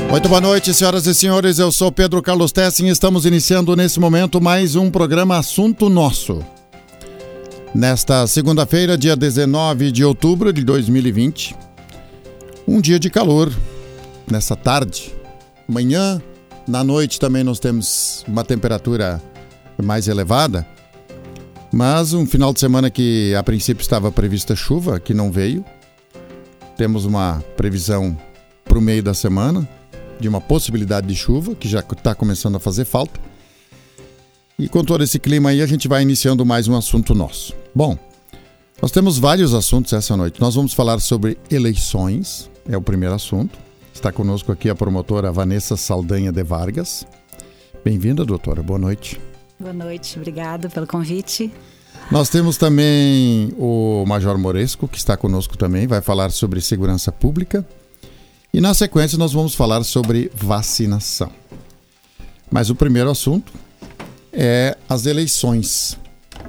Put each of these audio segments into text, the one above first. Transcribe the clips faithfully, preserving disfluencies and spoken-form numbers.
Muito boa noite, senhoras e senhores, eu sou Pedro Carlos Tessin e estamos iniciando nesse momento mais um programa Assunto Nosso. Nesta segunda-feira, dia dezenove de outubro de dois mil e vinte, um dia de calor, nessa tarde. Amanhã, na noite também nós temos uma temperatura mais elevada, mas um final de semana que a princípio estava prevista chuva, que não veio. Temos uma previsão para o meio da semana, de uma possibilidade de chuva, que já está começando a fazer falta. E com todo esse clima aí, a gente vai iniciando mais um assunto nosso. Bom, nós temos vários assuntos essa noite. Nós vamos falar sobre eleições, é o primeiro assunto. Está conosco aqui a promotora Vanessa Saldanha de Vargas. Bem-vinda, doutora. Boa noite. Boa noite, obrigado pelo convite. Nós temos também o Major Moresco, que está conosco também, vai falar sobre segurança pública. E na sequência nós vamos falar sobre vacinação. Mas o primeiro assunto é as eleições.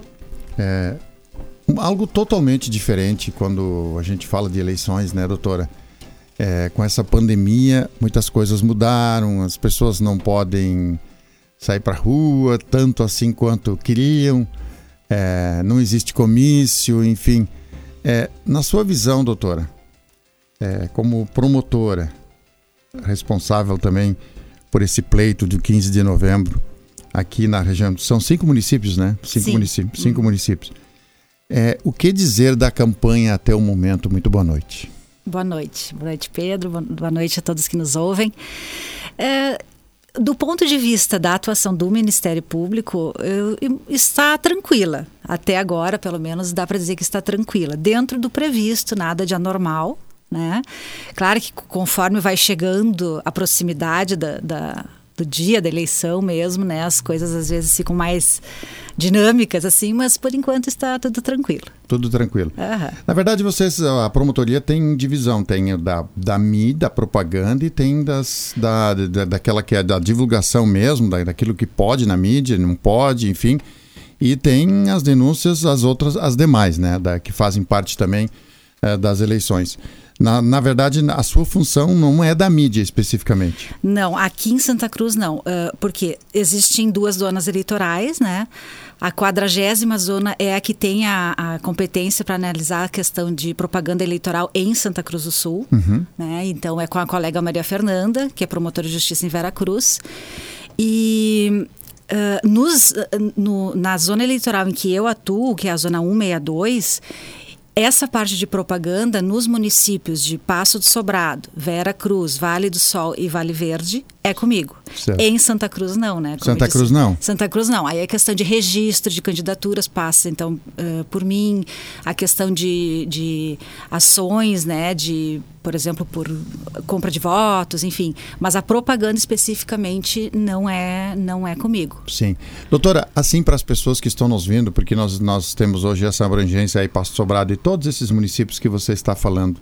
É algo totalmente diferente quando a gente fala de eleições, né, doutora? É, com essa pandemia, muitas coisas mudaram, as pessoas não podem sair para a rua tanto assim quanto queriam, é, não existe comício, enfim. É, na sua visão, doutora, É, como promotora, responsável também por esse pleito de quinze de novembro, aqui na região, são cinco municípios, né? Cinco Sim. municípios. Cinco hum. municípios. É, o que dizer da campanha até o momento? Muito boa noite. Boa noite. Boa noite, Pedro. Boa noite a todos que nos ouvem. É, do ponto de vista da atuação do Ministério Público, eu, eu, está tranquila. Até agora, pelo menos, dá para dizer que está tranquila. Dentro do previsto, nada de anormal. Né? Claro que conforme vai chegando a proximidade da, da, do dia da eleição mesmo, né? As coisas às vezes ficam mais dinâmicas assim, mas por enquanto está tudo tranquilo. Tudo tranquilo. Uhum. Na verdade, vocês, a promotoria tem divisão, tem da, da mídia, da propaganda e tem das, da, da, daquela que é da divulgação mesmo, da, daquilo que pode na mídia, não pode, enfim. E tem as denúncias, as outras, as demais, né? Da, que fazem parte também é, das eleições. Na, na verdade, a sua função não é da mídia especificamente. Não, aqui em Santa Cruz não, uh, porque existem duas zonas eleitorais, né? A quadragésima zona é a que tem a, a competência para analisar a questão de propaganda eleitoral em Santa Cruz do Sul, uhum. né? Então é com a colega Maria Fernanda, que é promotora de justiça em Veracruz. E uh, nos, no, na zona eleitoral em que eu atuo, que é a zona cento e sessenta e dois, essa parte de propaganda nos municípios de Passo do Sobrado, Vera Cruz, Vale do Sol e Vale Verde é comigo. Certo. Em Santa Cruz não, né? Como Santa Cruz não? Santa Cruz não. Aí a questão de registro de candidaturas passa então uh, por mim, a questão de, de ações, né? De, por exemplo, por compra de votos, enfim. Mas a propaganda especificamente não é, não é comigo. Sim. Doutora, assim para as pessoas que estão nos vendo, porque nós, nós temos hoje essa abrangência aí, Passo do Sobrado e todos esses municípios que você está falando.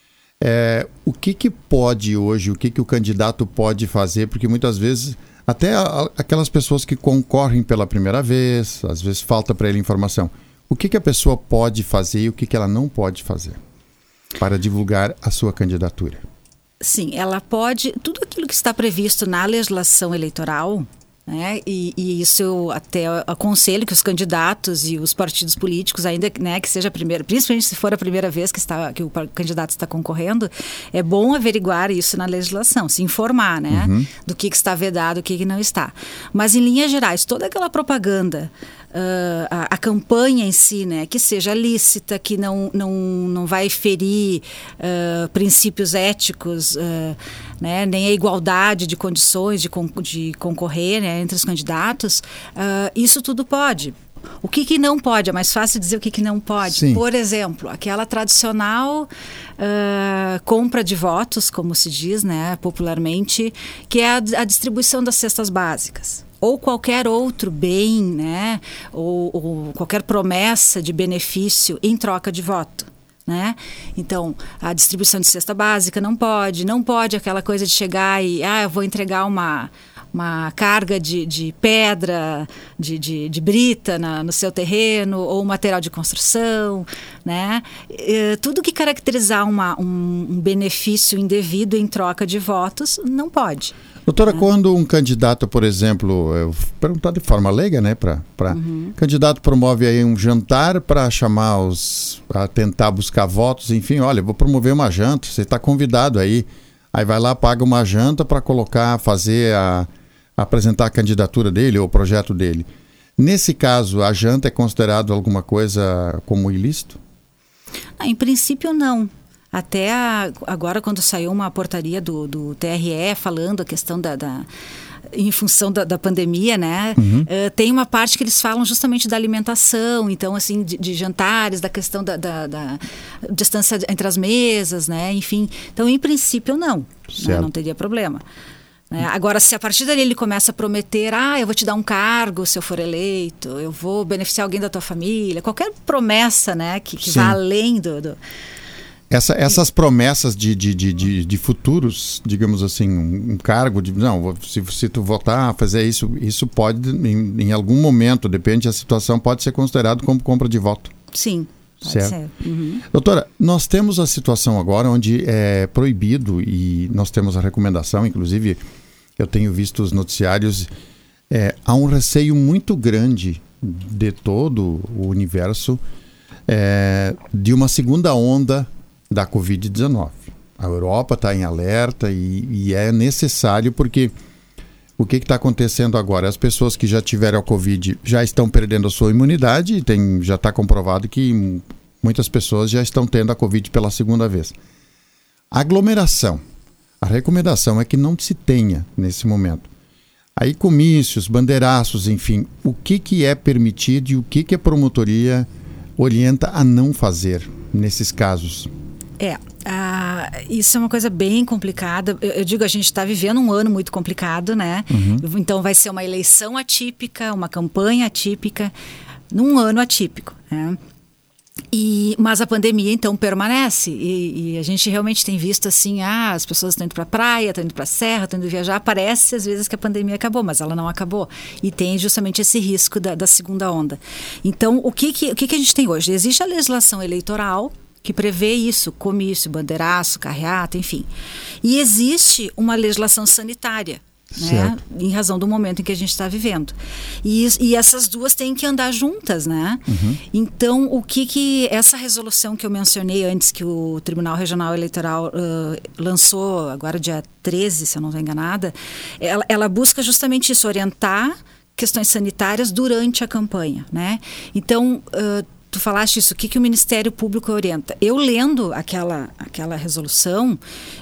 É, o que que pode hoje, o que que o candidato pode fazer? Porque muitas vezes, até a, aquelas pessoas que concorrem pela primeira vez, às vezes falta para ele informação. O que que a pessoa pode fazer e o que que ela não pode fazer para divulgar a sua candidatura? Sim, ela pode, tudo aquilo que está previsto na legislação eleitoral, né? E, e isso eu até aconselho que os candidatos e os partidos políticos, ainda, né, que seja a primeira, principalmente se for a primeira vez que, está, que o candidato está concorrendo, é bom averiguar isso na legislação, se informar, né, uhum. do que, que está vedado, o que, que não está. Mas em linhas gerais, toda aquela propaganda, uh, a, a campanha em si, né, que seja lícita, que não, não, não vai ferir uh, princípios éticos, uh, né, nem a igualdade de condições de, con- de concorrer, né, entre os candidatos, uh, isso tudo pode. O que, que não pode? É mais fácil dizer o que, que não pode. Sim. Por exemplo, aquela tradicional uh, compra de votos, como se diz, né, popularmente, que é a, a distribuição das cestas básicas. Ou qualquer outro bem, né, ou, ou qualquer promessa de benefício em troca de voto. Né? Então, a distribuição de cesta básica não pode, não pode aquela coisa de chegar e, ah, eu vou entregar uma, uma carga de, de pedra, de, de, de brita na, no seu terreno, ou material de construção, né? E, tudo que caracterizar uma, um, um benefício indevido em troca de votos, não pode. Doutora, quando um candidato, por exemplo, eu vou perguntar de forma leiga, né, para uhum. candidato promove aí um jantar para chamar os, a tentar buscar votos, enfim, olha, vou promover uma janta, você está convidado aí, aí vai lá, paga uma janta para colocar, fazer a, apresentar a candidatura dele ou o projeto dele. Nesse caso, a janta é considerado alguma coisa como ilícito? Ah, em princípio, não. Até a, agora, quando saiu uma portaria do, do T R E falando a questão da, da em função da, da pandemia, né? Uhum. Uh, tem uma parte que eles falam justamente da alimentação, então, assim, de, de jantares, da questão da, da, da distância entre as mesas, né? Enfim, então, em princípio, não. Né? Não teria problema. Né? Agora, se a partir dali ele começa a prometer, ah, eu vou te dar um cargo se eu for eleito, eu vou beneficiar alguém da tua família, qualquer promessa, né, que, que vá além do... do Essa, essas promessas de, de, de, de, de futuros, digamos assim, um, um cargo de, não, se, se tu votar, fazer isso, isso pode, em, em algum momento, depende da situação, pode ser considerado como compra de voto. Sim, pode certo? ser. Uhum. Doutora, nós temos a situação agora onde é proibido, e nós temos a recomendação, inclusive, eu tenho visto os noticiários, é, há um receio muito grande de todo o universo é, de uma segunda onda da covid dezenove. A Europa está em alerta e, e é necessário porque o que está acontecendo agora? As pessoas que já tiveram a Covid já estão perdendo a sua imunidade e tem, já está comprovado que muitas pessoas já estão tendo a Covid pela segunda vez. Aglomeração. A recomendação é que não se tenha nesse momento. Aí comícios, bandeiraços, enfim, o que, que é permitido e o que, que a promotoria orienta a não fazer nesses casos? É, ah, isso é uma coisa bem complicada. Eu, eu digo, a gente está vivendo um ano muito complicado, né? Uhum. Então vai ser uma eleição atípica, uma campanha atípica, num ano atípico, né? E, mas a pandemia, então, permanece. E, e a gente realmente tem visto assim, ah, as pessoas estão indo para a praia, estão indo para a serra, estão indo viajar. Parece, às vezes, que a pandemia acabou, mas ela não acabou. E tem justamente esse risco da, da segunda onda. Então, o que, que, o que, que a gente tem hoje? Existe a legislação eleitoral que prevê isso, comício, bandeiraço, carreata, enfim. E existe uma legislação sanitária, né? Em razão do momento em que a gente está vivendo. E, e essas duas têm que andar juntas, né? Uhum. Então, o que que essa resolução que eu mencionei antes, que o Tribunal Regional Eleitoral uh, lançou, agora dia treze, se eu não estou enganada, ela, ela busca justamente isso, orientar questões sanitárias durante a campanha, né? Então, uh, tu falaste isso, o que, que o Ministério Público orienta? Eu lendo aquela, aquela resolução,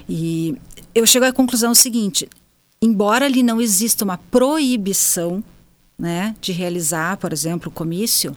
e eu chego à conclusão seguinte: embora ali não exista uma proibição, né, de realizar, por exemplo, o comício,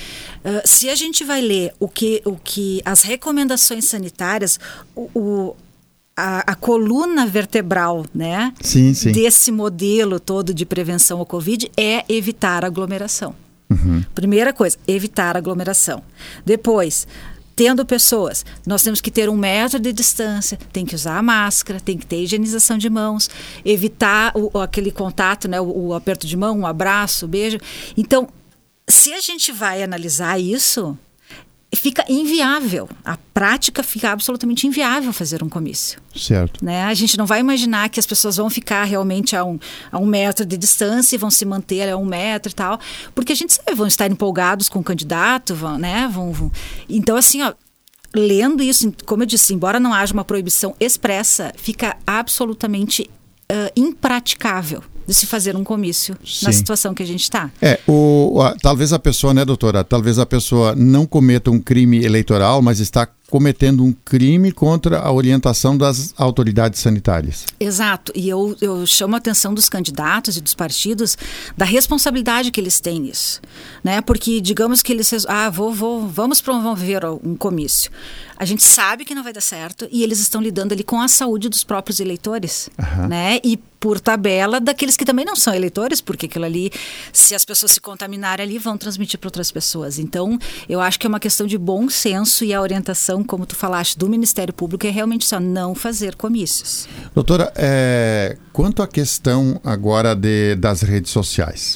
uh, se a gente vai ler o que, o que as recomendações sanitárias, o, o, a, a coluna vertebral, né, sim, sim. desse modelo todo de prevenção ao Covid é evitar aglomeração. Uhum. Primeira coisa, evitar aglomeração. Depois, tendo pessoas, nós temos que ter um metro de distância, tem que usar a máscara, tem que ter higienização de mãos, evitar o, aquele contato, né, o, o aperto de mão, o abraço, o beijo. Então, se a gente vai analisar isso, fica inviável. A prática fica absolutamente inviável fazer um comício. Certo. Né? A gente não vai imaginar que as pessoas vão ficar realmente a um, a um metro de distância e vão se manter a um metro e tal, porque a gente sabe, vão estar empolgados com o candidato, vão, né? Vão, vão. Então, assim, ó, lendo isso, como eu disse, embora não haja uma proibição expressa, fica absolutamente uh, impraticável de se fazer um comício. Sim. Na situação que a gente está. É, o, a, talvez a pessoa, né, doutora, talvez a pessoa não cometa um crime eleitoral, mas está cometendo um crime contra a orientação das autoridades sanitárias. Exato, e eu, eu chamo a atenção dos candidatos e dos partidos da responsabilidade que eles têm nisso, né? Porque digamos que eles, ah, vou, vou, vamos promover um comício. A gente sabe que não vai dar certo e eles estão lidando ali com a saúde dos próprios eleitores, uhum. né? E por tabela daqueles que também não são eleitores, porque aquilo ali, se as pessoas se contaminarem ali, vão transmitir para outras pessoas. Então, eu acho que é uma questão de bom senso e a orientação decisão, como tu falaste, do Ministério Público é realmente só não fazer comícios. Doutora, é, quanto à questão agora de, das redes sociais,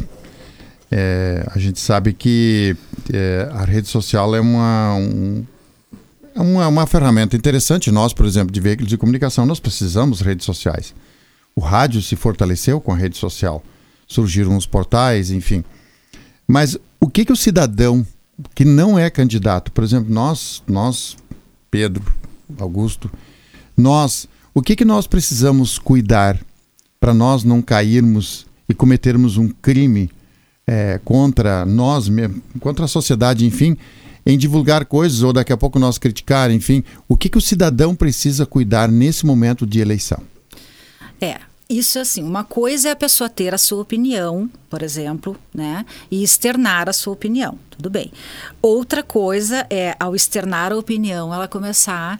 é, a gente sabe que é, a rede social é uma, um, é uma, uma ferramenta interessante. Nós, por exemplo, de veículos de comunicação, nós precisamos de redes sociais. O rádio se fortaleceu com a rede social, surgiram os portais, enfim. Mas o que, que o cidadão que não é candidato, por exemplo, nós, nós, Pedro, Augusto, nós, o que, que nós precisamos cuidar para nós não cairmos e cometermos um crime é, contra nós mesmos, contra a sociedade, enfim, em divulgar coisas ou daqui a pouco nós criticar, enfim, o que, que o cidadão precisa cuidar nesse momento de eleição? É, isso assim, uma coisa é a pessoa ter a sua opinião, por exemplo, né, e externar a sua opinião, tudo bem. Outra coisa é, ao externar a opinião, ela começar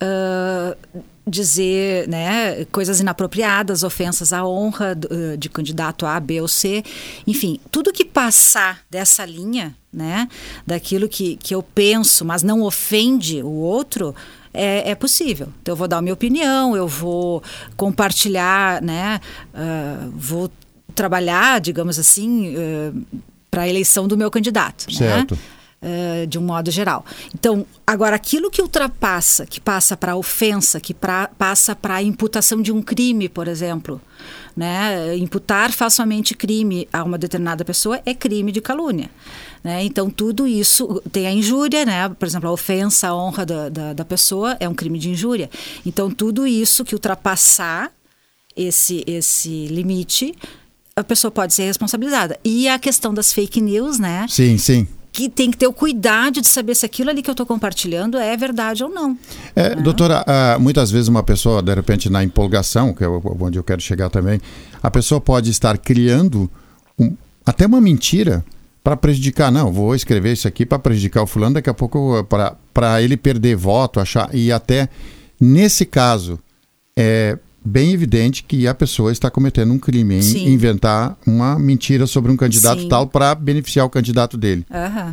a uh, dizer, né, coisas inapropriadas, ofensas à honra uh, de candidato A, B ou C, enfim, tudo que passar dessa linha, né, daquilo que, que eu penso, mas não ofende o outro, É, é possível. Então, eu vou dar a minha opinião, eu vou compartilhar, né? Uh, vou trabalhar, digamos assim, uh, para a eleição do meu candidato. Certo. Né? Uh, de um modo geral. Então, agora, aquilo que ultrapassa, que passa para a ofensa, que pra, passa para a imputação de um crime, por exemplo, né? Imputar falsamente crime a uma determinada pessoa é crime de calúnia. Né? Então, tudo isso tem a injúria, né? Por exemplo, a ofensa à honra da, da, da pessoa é um crime de injúria. Então, tudo isso que ultrapassar esse, esse limite, a pessoa pode ser responsabilizada. E a questão das fake news, né? Sim, sim. Que tem que ter o cuidado de saber se aquilo ali que eu estou compartilhando é verdade ou não. É, né? Doutora, uh, muitas vezes uma pessoa, de repente, na empolgação, que é onde eu quero chegar também, a pessoa pode estar criando um, até uma mentira para prejudicar. Não, vou escrever isso aqui para prejudicar o fulano, daqui a pouco para ele perder voto, achar. E até nesse caso é bem evidente que a pessoa está cometendo um crime em Sim. inventar uma mentira sobre um candidato Sim. tal para beneficiar o candidato dele.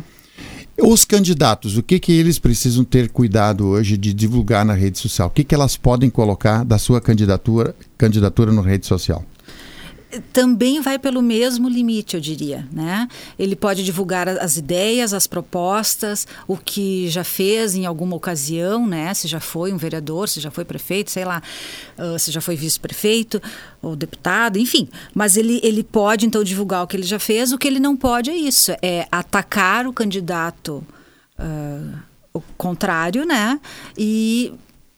Uhum. Os candidatos, o que, que eles precisam ter cuidado hoje de divulgar na rede social? O que, que elas podem colocar da sua candidatura, candidatura na rede social? Também vai pelo mesmo limite, eu diria, né? Ele pode divulgar as ideias, as propostas, o que já fez em alguma ocasião, né? Se já foi um vereador, se já foi prefeito, sei lá, uh, se já foi vice-prefeito ou deputado, enfim. Mas ele, ele pode, então, divulgar o que ele já fez. O que ele não pode é isso, é atacar o candidato uh, o contrário, né? E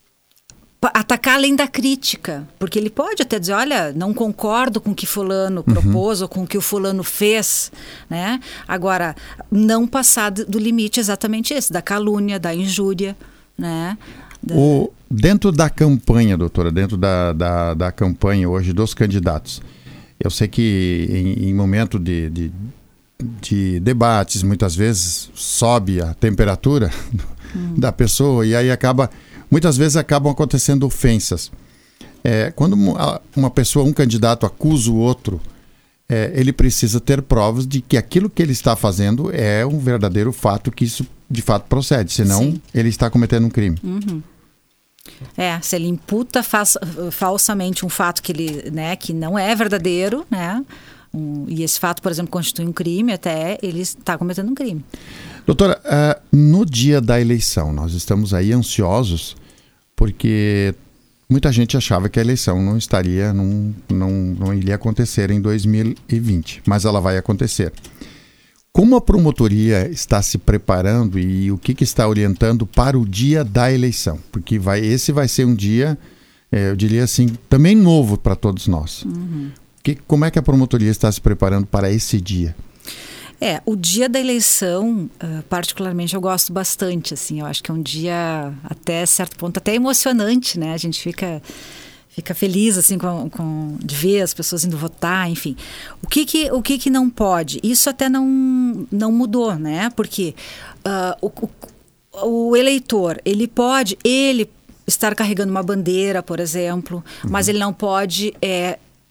atacar além da crítica, porque ele pode até dizer, olha, não concordo com o que fulano propôs, uhum. ou com o que o fulano fez, né? Agora, não passar do limite exatamente esse, da calúnia, da injúria, né? Da... O, dentro da campanha, doutora, dentro da, da, da campanha hoje dos candidatos, eu sei que em, em momento de, de, de debates, muitas vezes sobe a temperatura hum. da pessoa e aí acaba... Muitas vezes acabam acontecendo ofensas. É, quando uma pessoa, um candidato acusa o outro, é, ele precisa ter provas de que aquilo que ele está fazendo é um verdadeiro fato, que isso de fato procede, senão Sim. ele está cometendo um crime. Uhum. É, se ele imputa faz, falsamente um fato que, ele, né, que não é verdadeiro, né, um, e esse fato, por exemplo, constitui um crime, até ele está cometendo um crime. Doutora, uh, no dia da eleição, nós estamos aí ansiosos porque muita gente achava que a eleição não estaria, não, não, não iria acontecer em dois mil e vinte, mas ela vai acontecer. Como a promotoria está se preparando e o que, que está orientando para o dia da eleição? Porque vai, esse vai ser um dia, é, eu diria assim, também novo para todos nós. Uhum. Que, como é que a promotoria está se preparando para esse dia? É, o dia da eleição, uh, particularmente, eu gosto bastante, assim, eu acho que é um dia, até certo ponto, até emocionante, né? A gente fica, fica feliz, assim, com, com, de ver as pessoas indo votar, enfim. O que que, o que, que não pode? Isso até não, não mudou, né? Porque uh, o, o, o eleitor, ele pode, ele estar carregando uma bandeira, por exemplo, uhum. mas ele não pode... É,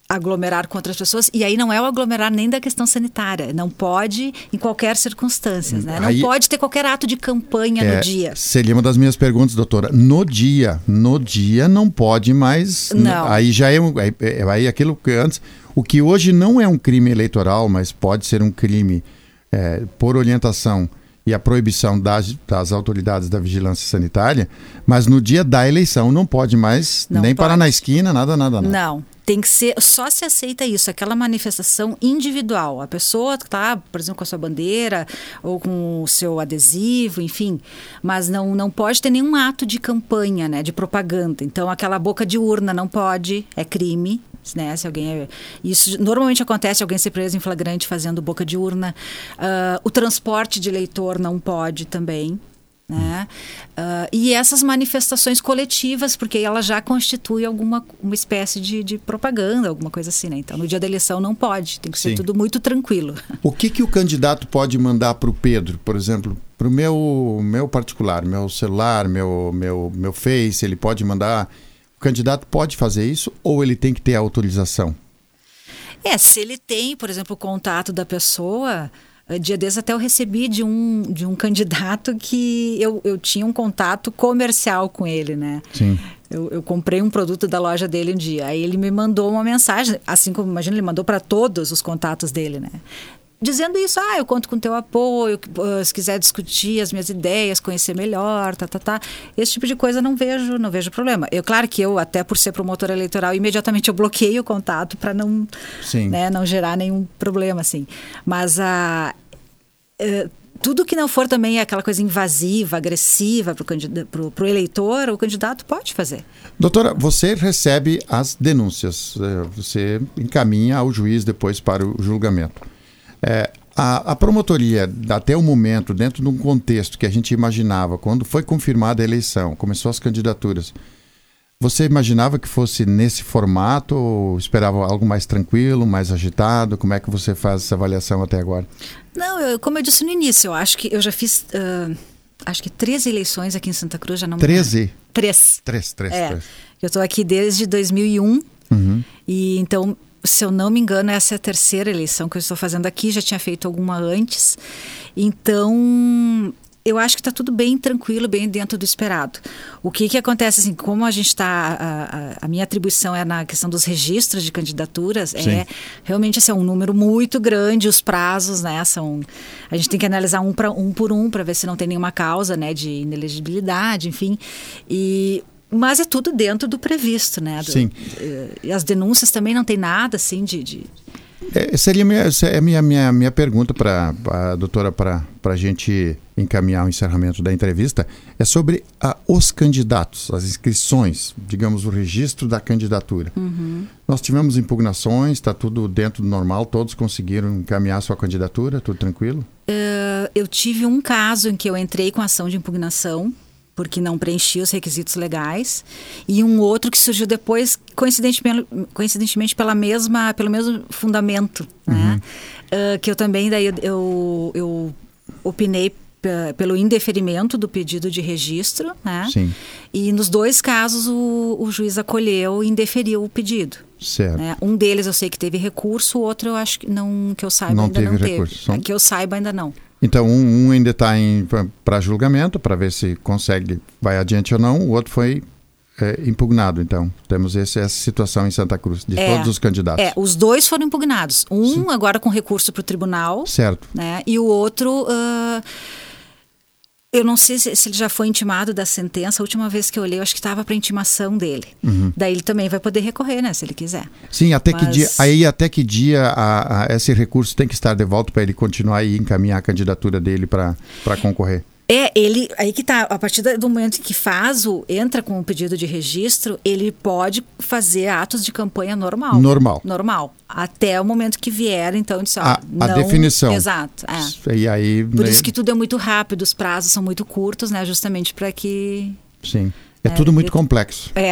aglomerar com outras pessoas, e aí não é o aglomerar nem da questão sanitária, não pode em qualquer circunstância, né? Não aí, pode ter qualquer ato de campanha é, no dia. Seria uma das minhas perguntas, doutora. No dia, no dia não pode mais... Não. Aí já é, aí, aí aquilo que antes... O que hoje não é um crime eleitoral, mas pode ser um crime é, por orientação e a proibição das, das autoridades da vigilância sanitária, mas no dia da eleição não pode mais não nem pode. parar na esquina, nada, nada, nada. Não. Tem que ser, só se aceita isso, aquela manifestação individual. A pessoa está, por exemplo, com a sua bandeira ou com o seu adesivo, enfim, mas não, não pode ter nenhum ato de campanha, né, de propaganda. Então, aquela boca de urna não pode, é crime. Né? Se alguém é... Isso normalmente acontece, alguém ser preso em flagrante fazendo boca de urna. Uh, o transporte de eleitor não pode também. Né? Uh, e essas manifestações coletivas, porque ela já constitui alguma uma espécie de, de propaganda, alguma coisa assim, né? Então, no dia da eleição não pode, tem que ser Sim. tudo muito tranquilo. O que, que o candidato pode mandar para o Pedro, por exemplo, para o meu, meu particular, meu celular, meu, meu, meu Face, ele pode mandar... O candidato pode fazer isso ou ele tem que ter a autorização? É, se ele tem, por exemplo, o contato da pessoa... Dia desses até eu recebi de um, de um candidato que eu, eu tinha um contato comercial com ele, né? Sim. Eu, eu comprei um produto da loja dele um dia. Aí ele me mandou uma mensagem, assim como, imagina, ele mandou para todos os contatos dele, né? Dizendo isso, ah, eu conto com o teu apoio, se quiser discutir as minhas ideias, conhecer melhor, tá, tá, tá. Esse tipo de coisa não vejo, não vejo problema. Eu, claro que eu, até por ser promotora eleitoral, imediatamente eu bloqueio o contato para não, né, não gerar nenhum problema, assim. Mas a... Uh, tudo que não for também aquela coisa invasiva, agressiva para o eleitor, o candidato pode fazer. Doutora, você recebe as denúncias, você encaminha ao juiz depois para o julgamento. É, a, a promotoria, até o momento, dentro de um contexto que a gente imaginava, quando foi confirmada a eleição, começou as candidaturas, você imaginava que fosse nesse formato ou esperava algo mais tranquilo, mais agitado? Como é que você faz essa avaliação até agora? Não, eu, como eu disse no início, eu acho que eu já fiz, uh, acho que treze eleições aqui em Santa Cruz. Já não treze? Me... Três. Três, três, é. três. Eu estou aqui desde dois mil e um, uhum. e então, se eu não me engano, essa é a terceira eleição que eu estou fazendo aqui, já tinha feito alguma antes. Então... eu acho que está tudo bem tranquilo, bem dentro do esperado. O que que acontece, assim, como a gente está... A, a, a minha atribuição é na questão dos registros de candidaturas, Sim. é realmente assim, um número muito grande, os prazos, né, são... A gente tem que analisar um, pra, um por um para ver se não tem nenhuma causa, né, de inelegibilidade, enfim. E... Mas é tudo dentro do previsto, né? Do, Sim. E as denúncias também não tem nada, assim, de... de... É, seria minha, é minha, minha, minha pergunta para a doutora, para a gente encaminhar o encerramento da entrevista, é sobre a, os candidatos, as inscrições, digamos, o registro da candidatura. Uhum. Nós tivemos impugnações, está tudo dentro do normal, todos conseguiram encaminhar sua candidatura, tudo tranquilo? Uh, eu tive um caso em que eu entrei com ação de impugnação, porque não preenchia os requisitos legais, e um outro que surgiu depois, coincidentemente, coincidentemente pela mesma, pelo mesmo fundamento, uhum. né? Uh, que eu também, daí eu, eu opinei p- pelo indeferimento do pedido de registro, né? Sim. E nos dois casos o, o juiz acolheu e indeferiu o pedido. Certo. Né? Um deles eu sei que teve recurso, o outro eu acho que não, que eu saiba não ainda teve não recurso. teve. São... Que eu saiba ainda não. Então, um, um ainda está para julgamento, para ver se consegue, vai adiante ou não. O outro foi é, impugnado. Então, temos esse, essa situação em Santa Cruz, de é, todos os candidatos. É, os dois foram impugnados. Um Sim. agora com recurso para o tribunal. Certo. Né? E o outro... Uh, eu não sei se, se ele já foi intimado da sentença. A última vez que eu olhei, eu acho que estava para intimação dele. Uhum. Daí ele também vai poder recorrer, né? Se ele quiser. Sim, até Mas... que dia, aí até que dia a, a, esse recurso tem que estar de volta para ele continuar e encaminhar a candidatura dele para concorrer? É, ele, aí que tá, a partir do momento em que faz o, entra com o pedido de registro, ele pode fazer atos de campanha normal. Normal. Normal. Até o momento que vier, então, disse, ó, a, não, a definição. Exato. É. E aí, Por isso que tudo é muito rápido, os prazos são muito curtos, né? Justamente para que... Sim. É, é tudo muito eu... complexo. É.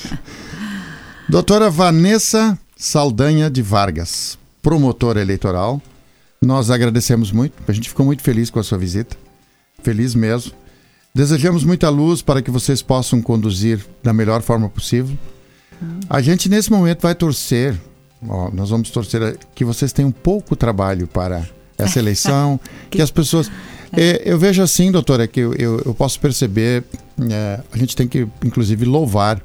Doutora Vanessa Saldanha de Vargas, promotora eleitoral, nós agradecemos muito, a gente ficou muito feliz com a sua visita. Feliz mesmo. Desejamos muita luz para que vocês possam conduzir da melhor forma possível. Hum. A gente, nesse momento, vai torcer ó, nós vamos torcer que vocês tenham pouco trabalho para essa eleição, que as pessoas... É, eu vejo assim, doutora, que eu, eu, eu posso perceber, é, a gente tem que, inclusive, louvar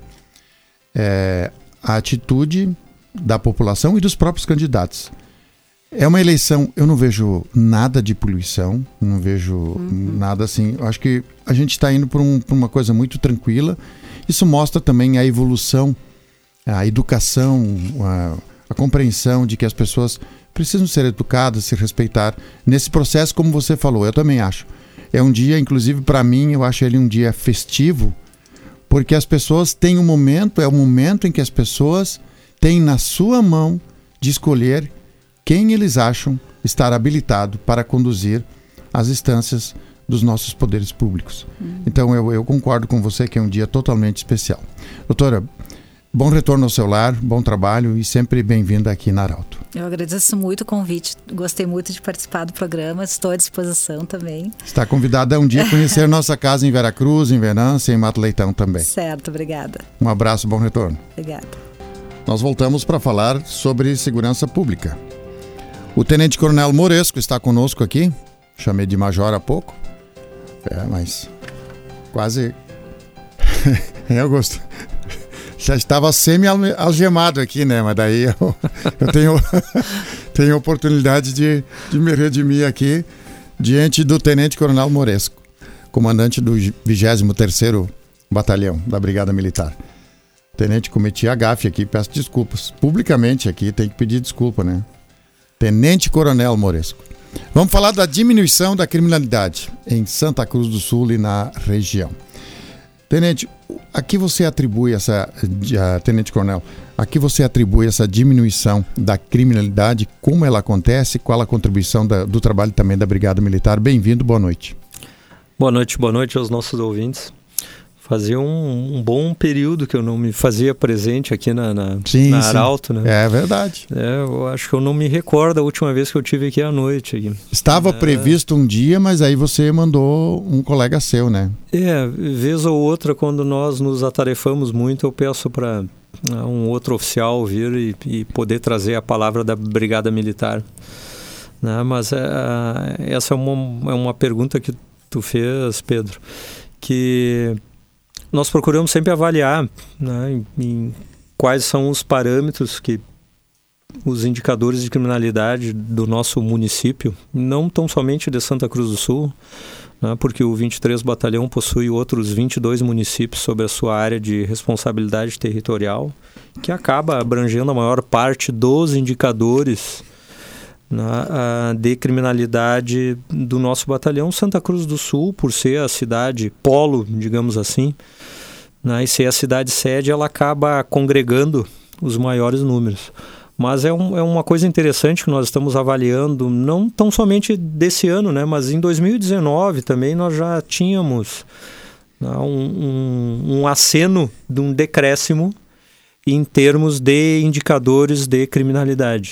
é, a atitude da população e dos próprios candidatos. É uma eleição, eu não vejo nada de poluição, não vejo uhum. nada assim. Eu acho que a gente está indo por, um, por uma coisa muito tranquila. Isso mostra também a evolução, a educação, a, a compreensão de que as pessoas precisam ser educadas, se respeitar. Nesse processo, como você falou, eu também acho. É um dia, inclusive para mim, eu acho ele um dia festivo, porque as pessoas têm um momento, é o momento em que as pessoas têm na sua mão de escolher quem eles acham estar habilitado para conduzir as instâncias dos nossos poderes públicos. Uhum. Então eu, eu concordo com você que é um dia totalmente especial. Doutora, bom retorno ao seu lar, bom trabalho e sempre bem-vinda aqui na Arauto. Eu agradeço muito o convite, gostei muito de participar do programa, estou à disposição também. Está convidada a um dia conhecer nossa casa em Veracruz, em Venância e em Mato Leitão também. Certo, obrigada. Um abraço, bom retorno. Obrigada. Nós voltamos para falar sobre segurança pública. O Tenente Coronel Moresco está conosco aqui. Chamei de major há pouco. É, mas quase... é, Augusto. Já estava semi-algemado aqui, né? Mas daí eu, eu tenho, tenho oportunidade de, de me redimir aqui diante do Tenente Coronel Moresco, comandante do vigésimo terceiro Batalhão da Brigada Militar. Tenente, cometi a gafe aqui, peço desculpas. Publicamente aqui, tem que pedir desculpa, né? Tenente Coronel Moresco. Vamos falar da diminuição da criminalidade em Santa Cruz do Sul e na região. Tenente, a que você atribui essa, uh, Tenente Coronel, a que você atribui essa diminuição da criminalidade, como ela acontece, qual a contribuição da, do trabalho também da Brigada Militar? Bem-vindo, boa noite. Boa noite, boa noite aos nossos ouvintes. Fazia um, um bom período que eu não me fazia presente aqui na, na, sim, na Arauto, sim. né? É verdade. É, eu acho que eu não me recordo a última vez que eu tive aqui à noite. Aqui. Estava é... previsto um dia, mas aí você mandou um colega seu, né? É, vez ou outra, quando nós nos atarefamos muito, eu peço para um outro oficial vir e, e poder trazer a palavra da Brigada Militar. Né? Mas é, essa é uma, é uma pergunta que tu fez, Pedro, que... nós procuramos sempre avaliar, né, em, em quais são os parâmetros, que os indicadores de criminalidade do nosso município, não tão somente de Santa Cruz do Sul, né, porque o vinte e três Batalhão possui outros vinte e dois municípios sob a sua área de responsabilidade territorial, que acaba abrangendo a maior parte dos indicadores Na, de criminalidade do nosso batalhão. Santa Cruz do Sul, por ser a cidade polo, digamos assim, né, e ser a cidade sede, ela acaba congregando os maiores números. Mas é, um, é uma coisa interessante que nós estamos avaliando, não tão somente desse ano, né, mas em dois mil e dezenove também nós já tínhamos, né, um, um, um aceno de um decréscimo em termos de indicadores de criminalidade.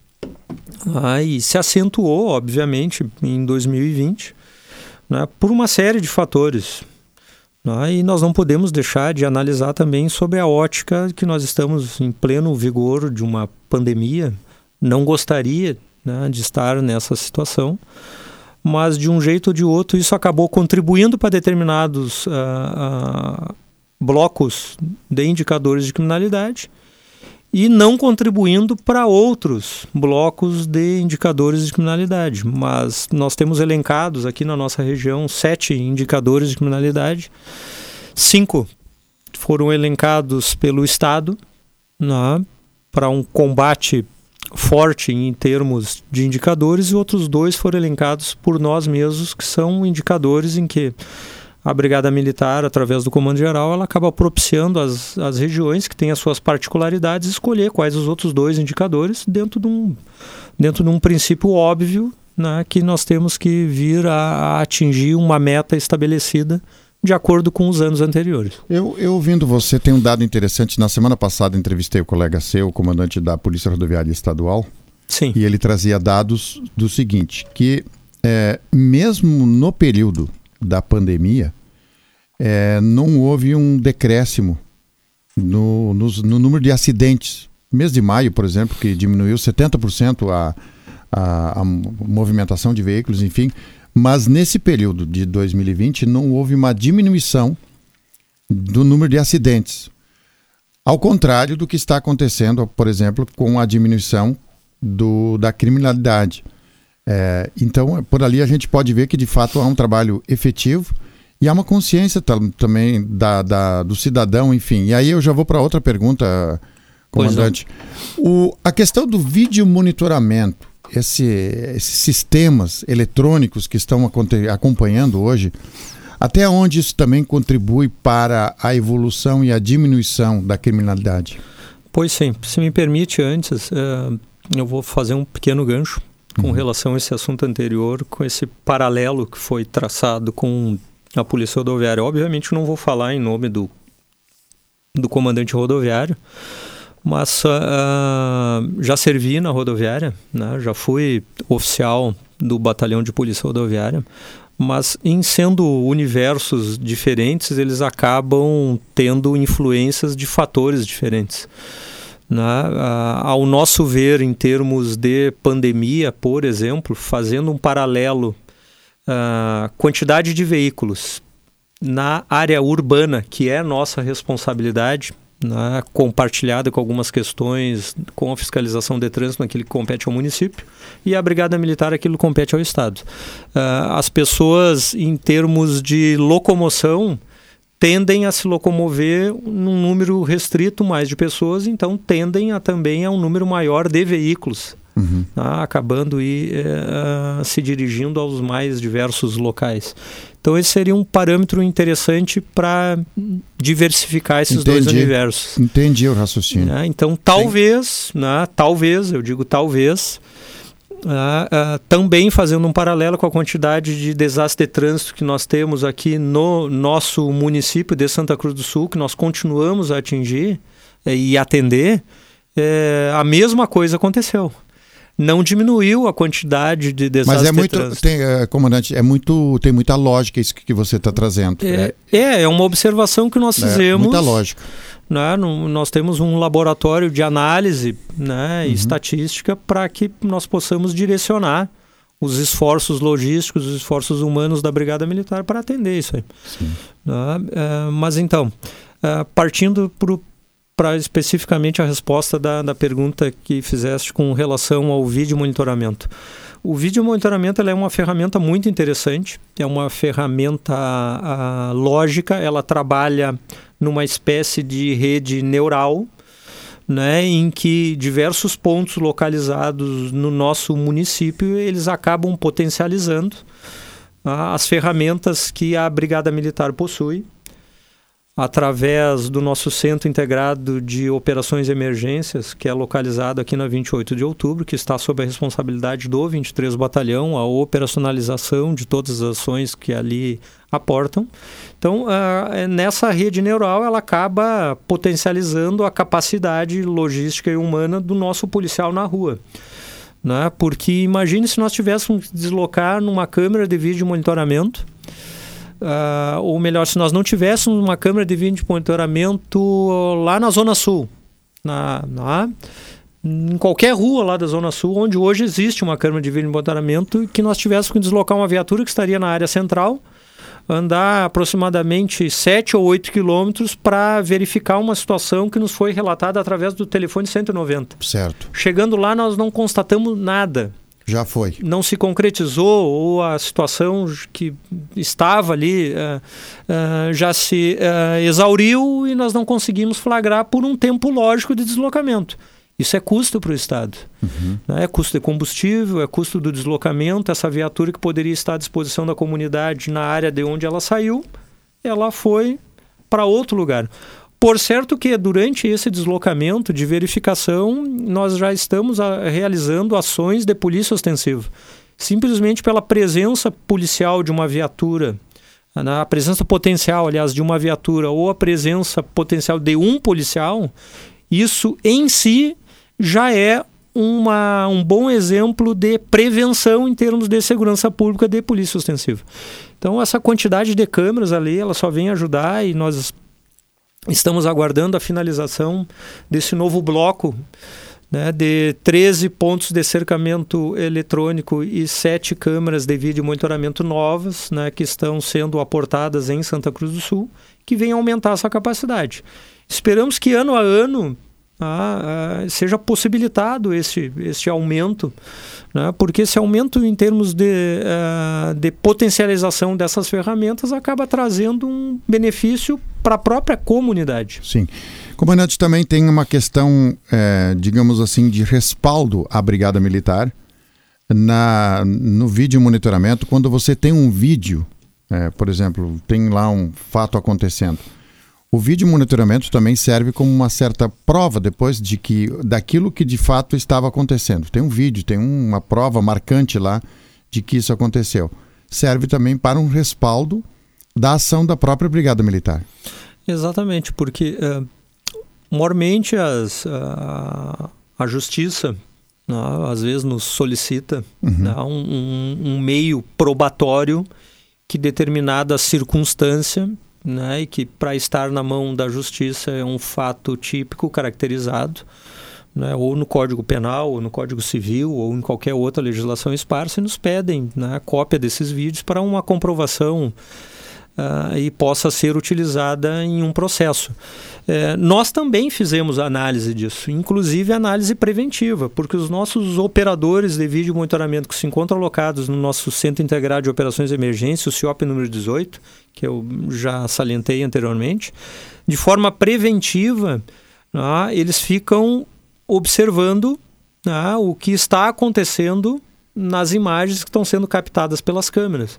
Ah, e se acentuou, obviamente, em dois mil e vinte, né, por uma série de fatores. Né, e nós não podemos deixar de analisar também sobre a ótica que nós estamos em pleno vigor de uma pandemia. Não gostaria, né, de estar nessa situação, mas de um jeito ou de outro isso acabou contribuindo para determinados uh, uh, blocos de indicadores de criminalidade, e não contribuindo para outros blocos de indicadores de criminalidade. Mas nós temos elencados aqui na nossa região sete indicadores de criminalidade. Cinco foram elencados pelo Estado, né, para um combate forte em termos de indicadores, e outros dois foram elencados por nós mesmos, que são indicadores em que a Brigada Militar, através do Comando Geral, ela acaba propiciando as, as regiões que têm as suas particularidades escolher quais os outros dois indicadores dentro de um, dentro de um princípio óbvio, né, que nós temos que vir a, a atingir uma meta estabelecida de acordo com os anos anteriores. Eu, eu ouvindo você, tem um dado interessante. Na semana passada entrevistei o colega seu, o comandante da Polícia Rodoviária Estadual. Sim. E ele trazia dados do seguinte, que é, mesmo no período da pandemia, é, não houve um decréscimo no, no, no número de acidentes mês de maio, por exemplo, que diminuiu setenta por cento a, a, a movimentação de veículos, enfim, mas nesse período de dois mil e vinte não houve uma diminuição do número de acidentes. Ao contrário do que está acontecendo, por exemplo, com a diminuição do, da criminalidade. É, então, por ali a gente pode ver que de fato há um trabalho efetivo e há uma consciência t- também da, da, do cidadão, enfim. E aí eu já vou para outra pergunta, comandante. O, a questão do vídeo monitoramento, esse, esses sistemas eletrônicos que estão aconte- acompanhando hoje, até onde isso também contribui para a evolução e a diminuição da criminalidade? Pois sim, se me permite antes, uh, eu vou fazer um pequeno gancho com uhum. relação a esse assunto anterior, com esse paralelo que foi traçado com a Polícia Rodoviária. Obviamente não vou falar em nome do, do comandante rodoviário, mas uh, já servi na rodoviária, né? Já fui oficial do batalhão de Polícia Rodoviária, mas em sendo universos diferentes, eles acabam tendo influências de fatores diferentes. Né? Ah, ao nosso ver, em termos de pandemia, por exemplo, fazendo um paralelo, a ah, quantidade de veículos na área urbana, que é nossa responsabilidade, né, compartilhada com algumas questões com a fiscalização de trânsito naquilo que compete ao município, e a Brigada Militar aquilo que compete ao Estado. Uh, as pessoas, em termos de locomoção, tendem a se locomover num número restrito mais de pessoas, então tendem a, também a um número maior de veículos, uhum. né, acabando e uh, se dirigindo aos mais diversos locais. Então esse seria um parâmetro interessante para diversificar esses Entendi. dois universos. Entendi o raciocínio. Né? Então talvez, né, talvez, eu digo talvez, uh, uh, também fazendo um paralelo com a quantidade de desastre de trânsito que nós temos aqui no nosso município de Santa Cruz do Sul, que nós continuamos a atingir eh, e atender, eh, a mesma coisa aconteceu. Não diminuiu a quantidade de desastres. Mas é muito, de tem, uh, comandante, é muito, tem muita lógica isso que você está trazendo. É, é, é uma observação que nós fizemos. É, muita lógica. Né, no, nós temos um laboratório de análise, né, uhum. e estatística para que nós possamos direcionar os esforços logísticos, os esforços humanos da Brigada Militar para atender isso aí. Né, uh, mas então, uh, partindo para o para especificamente a resposta da, da pergunta que fizeste com relação ao vídeo monitoramento. O vídeo monitoramento ela é uma ferramenta muito interessante, é uma ferramenta a, a, lógica, ela trabalha numa espécie de rede neural, né, em que diversos pontos localizados no nosso município, eles acabam potencializando ah, as ferramentas que a Brigada Militar possui, através do nosso Centro Integrado de Operações e Emergências, que é localizado aqui na vinte e oito de outubro, que está sob a responsabilidade do vinte e três Batalhão, a operacionalização de todas as ações que ali aportam. Então, uh, nessa rede neural, ela acaba potencializando a capacidade logística e humana do nosso policial na rua. Né? Porque imagine se nós tivéssemos que deslocar numa câmera de vídeo monitoramento, Uh, ou melhor, se nós não tivéssemos uma câmera de vídeo monitoramento lá na Zona Sul, na, na, em qualquer rua lá da Zona Sul, onde hoje existe uma câmera de vídeo monitoramento, que nós tivéssemos que deslocar uma viatura que estaria na área central, andar aproximadamente sete ou oito quilômetros para verificar uma situação que nos foi relatada através do telefone cento e noventa. Certo. Chegando lá, nós não constatamos nada. Já foi. Não se concretizou, ou a situação que estava ali uh, uh, já se uh, exauriu e nós não conseguimos flagrar por um tempo lógico de deslocamento. Isso é custo para o Estado. Uhum. Né? É custo de combustível, é custo do deslocamento. Essa viatura que poderia estar à disposição da comunidade na área de onde ela saiu, ela foi para outro lugar. Por certo que durante esse deslocamento de verificação, nós já estamos a, realizando ações de polícia ostensiva. Simplesmente pela presença policial de uma viatura, a presença potencial, aliás, de uma viatura ou a presença potencial de um policial, isso em si já é uma, um bom exemplo de prevenção em termos de segurança pública de polícia ostensiva. Então, essa quantidade de câmeras ali, ela só vem ajudar e nós estamos aguardando a finalização desse novo bloco, né, de treze pontos de cercamento eletrônico e sete câmeras de vídeo monitoramento novas, né, que estão sendo aportadas em Santa Cruz do Sul, que vem aumentar essa capacidade. Esperamos que ano a ano ah, ah, seja possibilitado esse, esse aumento, né, porque esse aumento em termos de, uh, de potencialização dessas ferramentas acaba trazendo um benefício para a própria comunidade. Sim. Comandante, também tem uma questão, é, digamos assim, de respaldo à Brigada Militar na, no vídeo monitoramento. Quando você tem um vídeo, é, por exemplo, tem lá um fato acontecendo, o vídeo monitoramento também serve como uma certa prova depois de que, daquilo que de fato estava acontecendo. Tem um vídeo, tem uma prova marcante lá de que isso aconteceu. Serve também para um respaldo da ação da própria Brigada Militar. Exatamente, porque uh, mormente as, uh, a Justiça uh, às vezes nos solicita uhum. uh, um, um, um meio probatório que determinada circunstância, né, e que para estar na mão da Justiça é um fato típico caracterizado, né, ou no Código Penal, ou no Código Civil, ou em qualquer outra legislação esparsa, e nos pedem, né, cópia desses vídeos para uma comprovação uh, e possa ser utilizada em um processo. É, nós também fizemos análise disso, inclusive análise preventiva, porque os nossos operadores de vídeo monitoramento que se encontram alocados no nosso Centro Integrado de Operações de Emergência, o C I O P número dezoito, que eu já salientei anteriormente, de forma preventiva, né, eles ficam observando, né, o que está acontecendo nas imagens que estão sendo captadas pelas câmeras.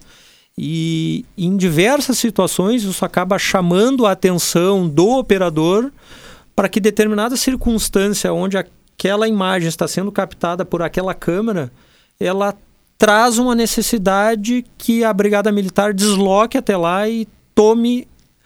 E em diversas situações isso acaba chamando a atenção do operador para que determinada circunstância onde aquela imagem está sendo captada por aquela câmera, ela traz uma necessidade que a Brigada Militar desloque até lá e tome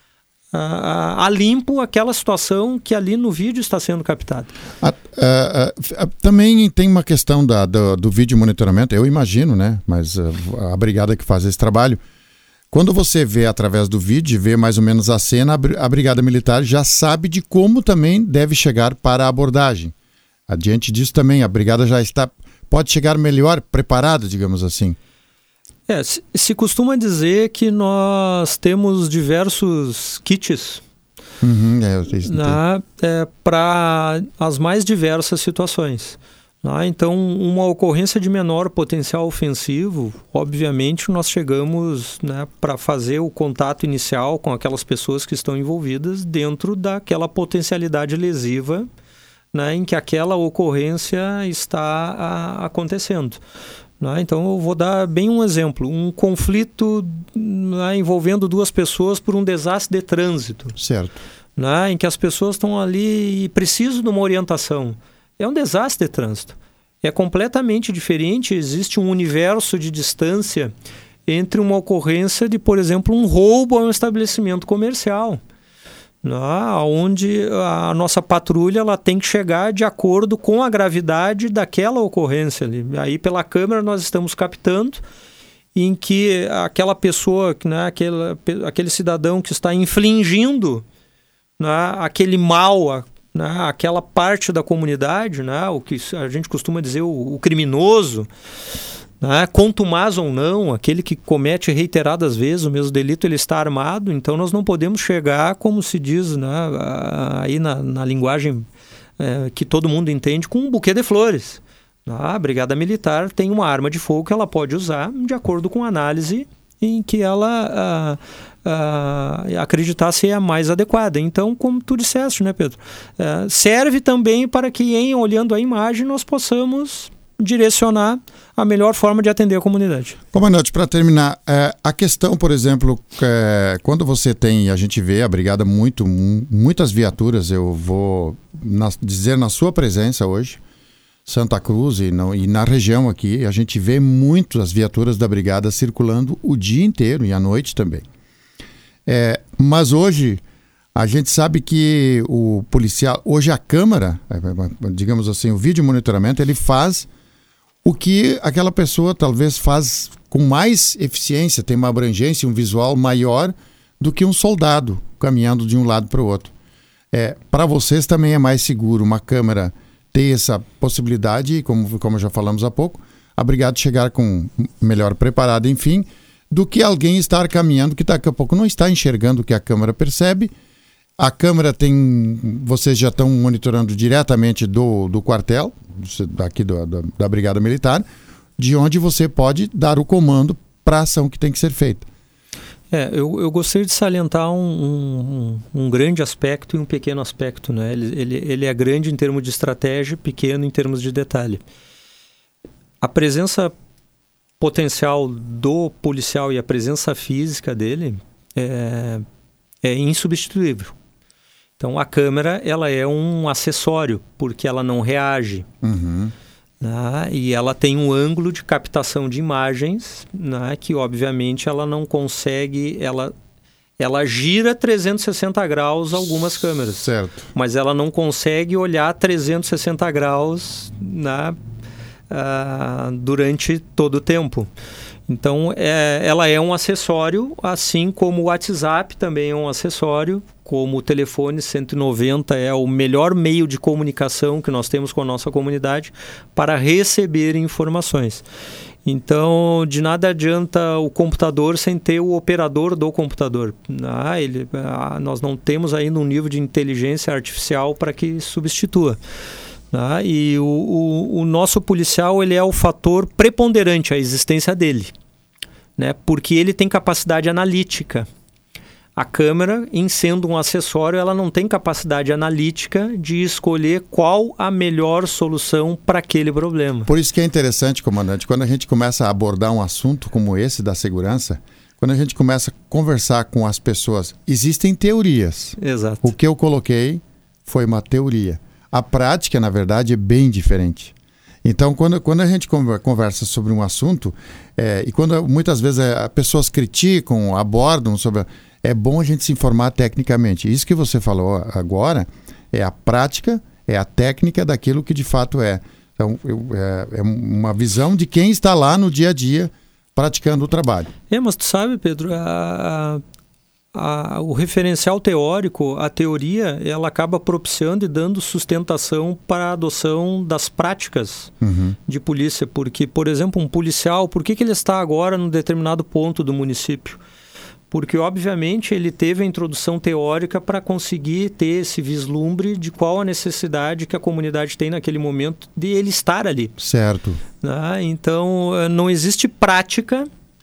a, a, a limpo aquela situação que ali no vídeo está sendo captada. A, a, a, a, também tem uma questão da, do, do vídeo monitoramento, eu imagino, né? Mas a, a brigada que faz esse trabalho, quando você vê através do vídeo, vê mais ou menos a cena, a, a Brigada Militar já sabe de como também deve chegar para a abordagem. Adiante disso também, a Brigada já está, pode chegar melhor preparada, digamos assim. É, se, se costuma dizer que nós temos diversos kits uhum, é, é, para as mais diversas situações. Né? Então, uma ocorrência de menor potencial ofensivo, obviamente nós chegamos, né, para fazer o contato inicial com aquelas pessoas que estão envolvidas dentro daquela potencialidade lesiva, né, em que aquela ocorrência está a, acontecendo. Né? Então eu vou dar bem um exemplo, um conflito, né, envolvendo duas pessoas por um desastre de trânsito. Certo. Né, em que as pessoas estão ali e precisam de uma orientação. É um desastre de trânsito. É completamente diferente, existe um universo de distância entre uma ocorrência de, por exemplo, um roubo a um estabelecimento comercial. Onde a nossa patrulha ela tem que chegar de acordo com a gravidade daquela ocorrência. Ali. Aí pela câmera nós estamos captando em que aquela pessoa, né, aquele, aquele cidadão que está infligindo, né, aquele mal, né, aquela parte da comunidade, né, o que a gente costuma dizer o, o criminoso, né, contumaz ou não, aquele que comete reiteradas vezes o mesmo delito, ele está armado, então nós não podemos chegar, como se diz, né, aí na, na linguagem é, que todo mundo entende, com um buquê de flores. A Brigada Militar tem uma arma de fogo que ela pode usar de acordo com a análise em que ela ah, ah, acreditar ser a mais adequada. Então, como tu disseste, né, Pedro? Ah, serve também para que, em olhando a imagem, nós possamos direcionar a melhor forma de atender a comunidade. Comandante, para terminar, é, a questão, por exemplo, é, quando você tem, a gente vê a brigada muito, muitas viaturas, eu vou na, dizer na sua presença hoje, Santa Cruz e, não, e na região aqui, a gente vê muitas viaturas da brigada circulando o dia inteiro e à noite também. É, mas hoje a gente sabe que o policial, hoje a câmera, digamos assim, o vídeo monitoramento, ele faz o que aquela pessoa talvez faz com mais eficiência, tem uma abrangência, um visual maior do que um soldado caminhando de um lado para o outro. É, para vocês também é mais seguro uma câmera ter essa possibilidade, como, como já falamos há pouco, a brigada chegar com melhor preparada, enfim, do que alguém estar caminhando que daqui a pouco não está enxergando o que a câmera percebe. A câmera tem, vocês já estão monitorando diretamente do, do quartel, aqui do, da, da Brigada Militar, de onde você pode dar o comando para a ação que tem que ser feita. É, eu, eu gostaria de salientar um, um, um grande aspecto e um pequeno aspecto, né? Ele, ele, ele é grande em termos de estratégia, pequeno em termos de detalhe. A presença potencial do policial e a presença física dele é, é insubstituível. Então, a câmera, ela é um acessório, porque ela não reage. Uhum. Né? E ela tem um ângulo de captação de imagens, né? Que, obviamente, ela não consegue... Ela, ela gira trezentos e sessenta graus algumas câmeras. Certo. Mas ela não consegue olhar trezentos e sessenta graus, né? uh, durante todo o tempo. Então, é, ela é um acessório, assim como o WhatsApp também é um acessório, como o telefone cento e noventa é o melhor meio de comunicação que nós temos com a nossa comunidade para receber informações. Então, de nada adianta o computador sem ter o operador do computador. Ah, ele, ah, nós não temos ainda um nível de inteligência artificial para que substitua. Ah, e o, o, o nosso policial, ele é o fator preponderante, a existência dele, né? Porque ele tem capacidade analítica. A câmera, em sendo um acessório, ela não tem capacidade analítica de escolher qual a melhor solução para aquele problema. Por isso que é interessante, comandante, quando a gente começa a abordar um assunto como esse da segurança, quando a gente começa a conversar com as pessoas, existem teorias. Exato. O que eu coloquei foi uma teoria. A prática, na verdade, é bem diferente. Então, quando, quando a gente conversa sobre um assunto, é, e quando muitas vezes é, pessoas criticam, abordam sobre... É bom a gente se informar tecnicamente. Isso que você falou agora é a prática, é a técnica daquilo que de fato é. Então, eu, é, é uma visão de quem está lá no dia a dia praticando o trabalho. É, mas tu sabe, Pedro, a... A, o referencial teórico, a teoria, ela acaba propiciando e dando sustentação para a adoção das práticas uhum. de polícia. Porque, por exemplo, um policial, por que, que ele está agora num determinado ponto do município? Porque, obviamente, ele teve a introdução teórica para conseguir ter esse vislumbre de qual a necessidade que a comunidade tem naquele momento de ele estar ali. Certo. Ah, então, não existe prática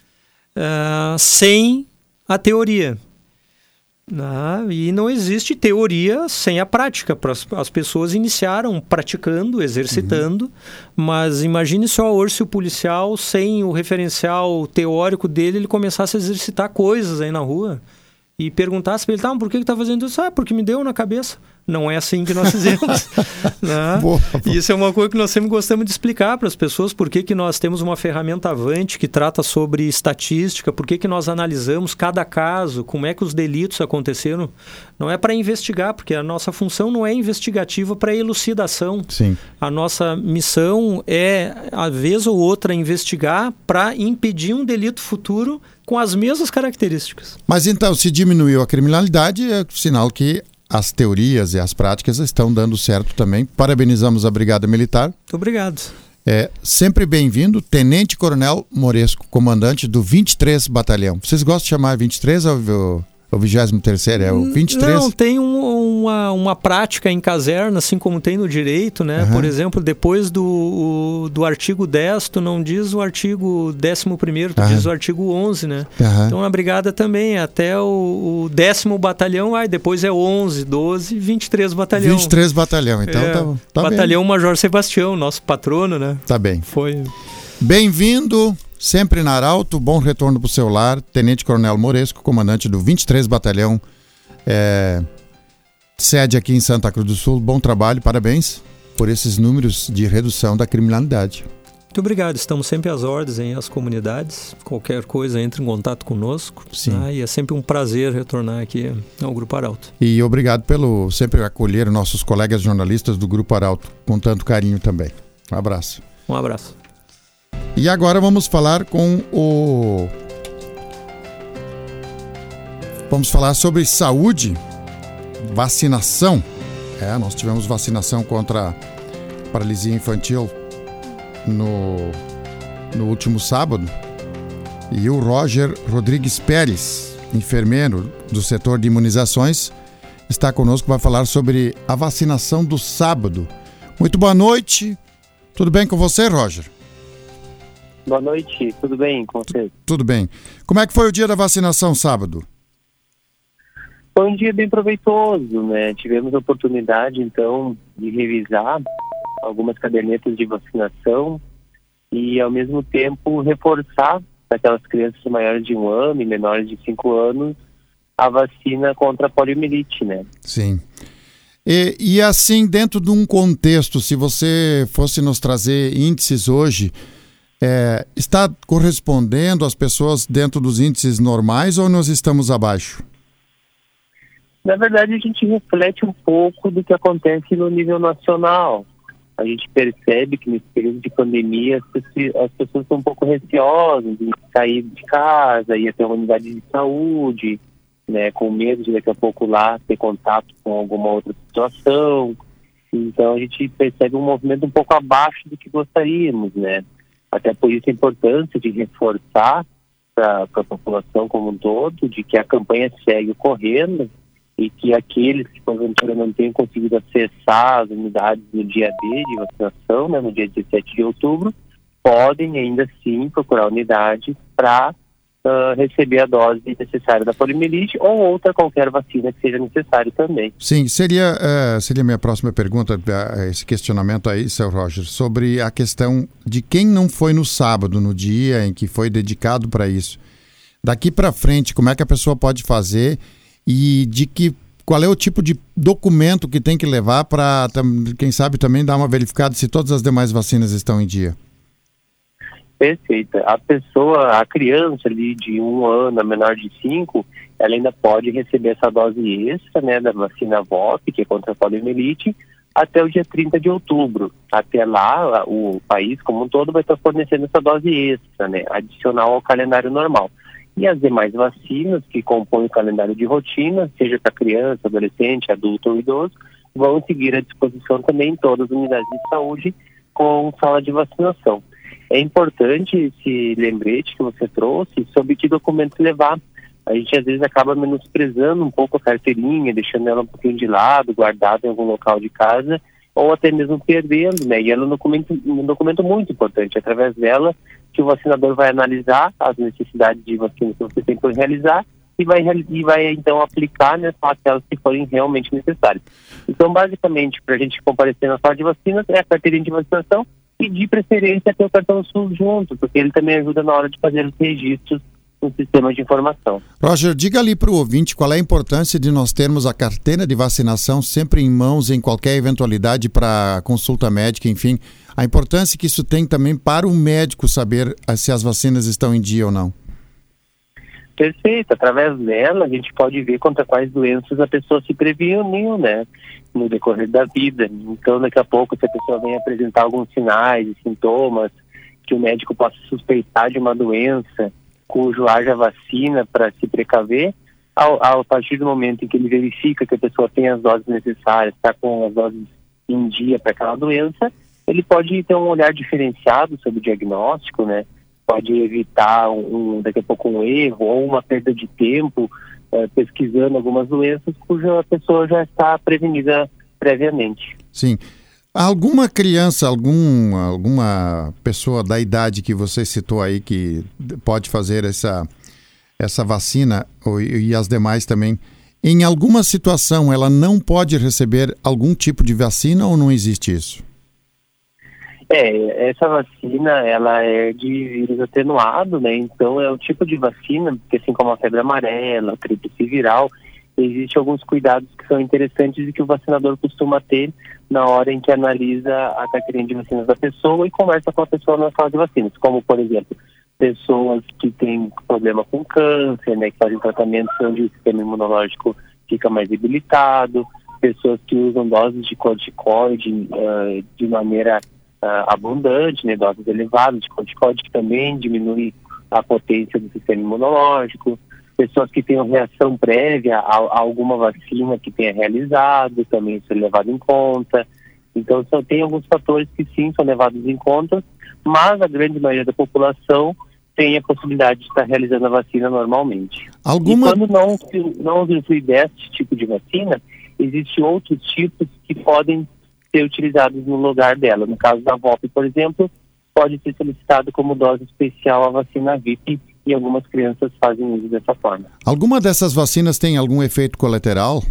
uh, sem a teoria. Ah, e não existe teoria sem a prática. As pessoas iniciaram praticando, exercitando, uhum. mas imagine só hoje se o policial, sem o referencial teórico dele, ele começasse a exercitar coisas aí na rua e perguntasse para ele, tá, por que está fazendo isso? Ah, porque me deu na cabeça. Não é assim que nós fizemos. Né? Boa, boa. Isso é uma coisa que nós sempre gostamos de explicar para as pessoas, por que que nós temos uma ferramenta Avante que trata sobre estatística, por que que nós analisamos cada caso, como é que os delitos aconteceram. Não é para investigar, porque a nossa função não é investigativa para elucidação. Sim. A nossa missão é, a vez ou outra, investigar para impedir um delito futuro com as mesmas características. Mas então, se diminuiu a criminalidade, é sinal que as teorias e as práticas estão dando certo também. Parabenizamos a Brigada Militar. Muito obrigado. É, sempre bem-vindo, Tenente Coronel Moresco, comandante do vinte e três Batalhão. Vocês gostam de chamar vinte e três ou o vigésimo terceiro? É o vinte e três? Não, tem um, uma, uma prática em caserna, assim como tem no direito, né? Uhum. Por exemplo, depois do, o, do artigo dez, tu não diz o artigo décimo primeiro, tu uhum. diz o artigo onze, né? Uhum. Então, na Brigada também, até o, o décimo Batalhão, aí depois é onze, doze, vinte e três Batalhão. vinte e três Batalhão, então é, tá, tá Batalhão bem. Major Sebastião, nosso patrono, né? Tá bem. Foi... Bem-vindo, sempre na Arauto, bom retorno para o seu lar, Tenente Coronel Moresco, comandante do vinte e três Batalhão, é, sede aqui em Santa Cruz do Sul. Bom trabalho, parabéns por esses números de redução da criminalidade. Muito obrigado, estamos sempre às ordens em as comunidades, qualquer coisa entre em contato conosco. Sim. Né? E é sempre um prazer retornar aqui ao Grupo Arauto. E obrigado pelo sempre acolher nossos colegas jornalistas do Grupo Arauto com tanto carinho também. Um abraço. Um abraço. E agora vamos falar com o... Vamos falar sobre saúde. vacinação. É, nós tivemos vacinação contra a paralisia infantil no, no último sábado. E o Roger Rodrigues Pérez, enfermeiro do setor de imunizações, está conosco para falar sobre a vacinação do sábado. Muito boa noite. Tudo bem com você, Roger? Boa noite, tudo bem com você? Tudo bem. Como é que foi o dia da vacinação sábado? Foi um dia bem proveitoso, né? Tivemos a oportunidade, então, de revisar algumas cadernetas de vacinação e, ao mesmo tempo, reforçar para aquelas crianças maiores de um ano e menores de cinco anos a vacina contra a poliomielite, né? Sim. E, e assim, dentro de um contexto, se você fosse nos trazer índices hoje, é, está correspondendo às pessoas dentro dos índices normais ou nós estamos abaixo? Na verdade, a gente reflete um pouco do que acontece no nível nacional. A gente percebe que nesse período de pandemia as pessoas estão um pouco receosas em sair de casa, ir até uma unidade de saúde, né, com medo de daqui a pouco lá ter contato com alguma outra situação. Então a gente percebe um movimento um pouco abaixo do que gostaríamos, né? Até por isso a importância de reforçar para a população como um todo, de que a campanha segue ocorrendo e que aqueles que porventura não tenham conseguido acessar as unidades no dia D de vacinação, né, no dia dezessete de outubro, podem ainda assim procurar a unidade para Uh, receber a dose necessária da poliomielite ou outra qualquer vacina que seja necessário também. Sim, seria uh, seria minha próxima pergunta, uh, esse questionamento aí, seu Roger, sobre a questão de quem não foi no sábado, no dia em que foi dedicado para isso. Daqui para frente, como é que a pessoa pode fazer e de que qual é o tipo de documento que tem que levar para, quem sabe, também dar uma verificada se todas as demais vacinas estão em dia? Perfeita. A pessoa, a criança ali de um ano, a menor de cinco, ela ainda pode receber essa dose extra, né, da vacina V O P, que é contra a poliomielite, até o dia trinta de outubro. Até lá, o país como um todo vai estar fornecendo essa dose extra, né, adicional ao calendário normal. E as demais vacinas que compõem o calendário de rotina, seja para criança, adolescente, adulto ou idoso, vão seguir à disposição também em todas as unidades de saúde com sala de vacinação. É importante esse lembrete que você trouxe sobre que documento levar. A gente às vezes acaba menosprezando um pouco a carteirinha, deixando ela um pouquinho de lado, guardada em algum local de casa, ou até mesmo perdendo, né? E ela é um documento, um documento muito importante. Através dela, que o vacinador vai analisar as necessidades de vacina que você tem para realizar e vai, e vai então aplicar, né, só aquelas que forem realmente necessárias. Então, basicamente, para a gente comparecer na sala de vacinas, é a carteirinha de vacinação, e de preferência ter o cartão SUS junto, porque ele também ajuda na hora de fazer os registros no sistema de informação. Roger, diga ali para o ouvinte qual é a importância de nós termos a carteira de vacinação sempre em mãos em qualquer eventualidade para consulta médica, enfim, a importância que isso tem também para o médico saber se as vacinas estão em dia ou não. Perfeito. Através dela, a gente pode ver contra quais doenças a pessoa se preveniu, né, no decorrer da vida. Então, daqui a pouco, se a pessoa vem apresentar alguns sinais e sintomas que o médico possa suspeitar de uma doença cujo haja vacina para se precaver, ao, ao partir do momento em que ele verifica que a pessoa tem as doses necessárias, está com as doses em dia para aquela doença, ele pode ter um olhar diferenciado sobre o diagnóstico, né? Pode evitar um, daqui a pouco um erro ou uma perda de tempo uh, pesquisando algumas doenças cuja pessoa já está prevenida previamente. Sim. Alguma criança, algum, alguma pessoa da idade que você citou aí que pode fazer essa, essa vacina ou, e as demais também, em alguma situação ela não pode receber algum tipo de vacina ou não existe isso? É, essa vacina, ela é de vírus atenuado, né? Então é o tipo de vacina, que assim como a febre amarela, a tríplice viral, existem alguns cuidados que são interessantes e que o vacinador costuma ter na hora em que analisa a carteirinha de vacinas da pessoa e conversa com a pessoa na sala de vacinas, como, por exemplo, pessoas que têm problema com câncer, né, que fazem tratamentos onde o sistema imunológico fica mais debilitado, pessoas que usam doses de corticoide uh, de maneira uh, abundante, né, doses elevadas de corticoide, que também diminui a potência do sistema imunológico, pessoas que tenham reação prévia a, a alguma vacina que tenha realizado, também isso é levado em conta. Então, só tem alguns fatores que sim são levados em conta, mas a grande maioria da população tem a possibilidade de estar realizando a vacina normalmente. Alguma... E quando não, não usufrui deste tipo de vacina, existem outros tipos que podem ser utilizados no lugar dela. No caso da V O P, por exemplo, pode ser solicitado como dose especial a vacina V I P e algumas crianças fazem uso dessa forma. Alguma dessas vacinas tem algum efeito colateral?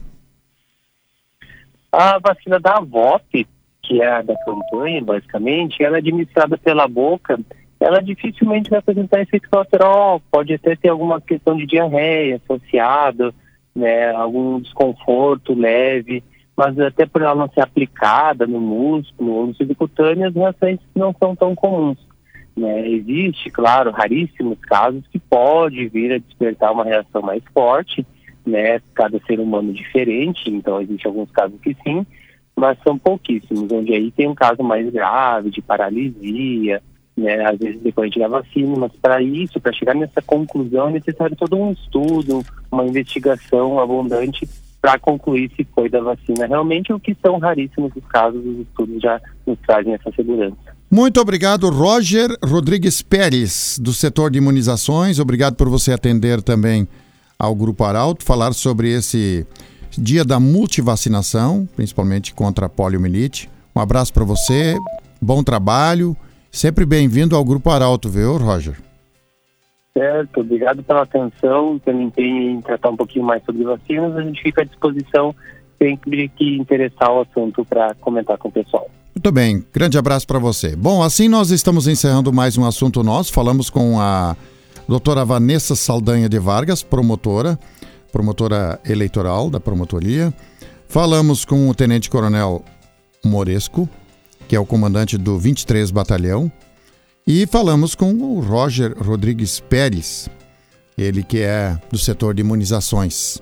A vacina da V O P, que é a da campanha, basicamente, ela é administrada pela boca, ela dificilmente vai apresentar efeito colateral, pode até ter alguma questão de diarreia associada, né, algum desconforto leve, mas até por ela não ser aplicada no músculo ou no subcutâneo, as reações não são tão comuns. Né? Existe, claro, raríssimos casos que pode vir a despertar uma reação mais forte, né? Cada ser humano diferente, então existem alguns casos que sim, mas são pouquíssimos, onde aí tem um caso mais grave de paralisia, né? Às vezes depois da vacina, mas para isso, para chegar nessa conclusão, é necessário todo um estudo, uma investigação abundante para concluir se foi da vacina realmente, o que são raríssimos os casos, os estudos já nos trazem essa segurança. Muito obrigado, Roger Rodrigues Pérez, do setor de imunizações. Obrigado por você atender também ao Grupo Arauto, falar sobre esse dia da multivacinação, principalmente contra a poliomielite. Um abraço para você, bom trabalho, sempre bem-vindo ao Grupo Arauto, viu, Roger? Certo, obrigado pela atenção, pelo empenho em tratar um pouquinho mais sobre vacinas. A gente fica à disposição sempre que interessar o assunto para comentar com o pessoal. Muito bem, grande abraço para você. Bom, assim nós estamos encerrando mais um assunto nosso. Falamos com a doutora Vanessa Saldanha de Vargas, promotora, promotora eleitoral da promotoria. Falamos com o tenente-coronel Moresco, que é o comandante do vinte e três Batalhão. E falamos com o Roger Rodrigues Pérez, ele que é do setor de imunizações.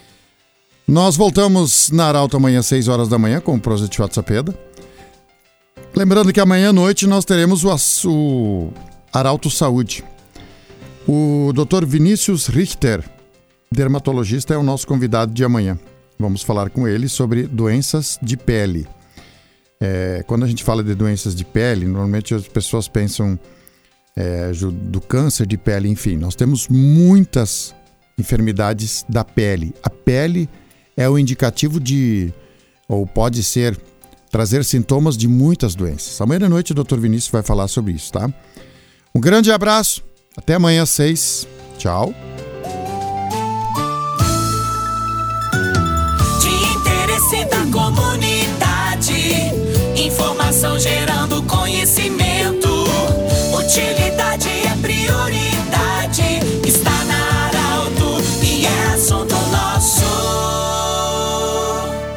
Nós voltamos na Arauto amanhã às seis horas da manhã com o Prosit Cepeda. Lembrando que amanhã à noite nós teremos o, o Arauto Saúde. O doutor Vinícius Richter, dermatologista, é o nosso convidado de amanhã. Vamos falar com ele sobre doenças de pele. É, quando a gente fala de doenças de pele, normalmente as pessoas pensam é, do câncer de pele, enfim. Nós temos muitas enfermidades da pele. A pele é o indicativo de, ou pode ser, trazer sintomas de muitas doenças. Amanhã à noite o doutor Vinícius vai falar sobre isso, tá? Um grande abraço, até amanhã às seis. Tchau. De interesse da comunidade, informação gerando conhecimento, utilidade é prioridade.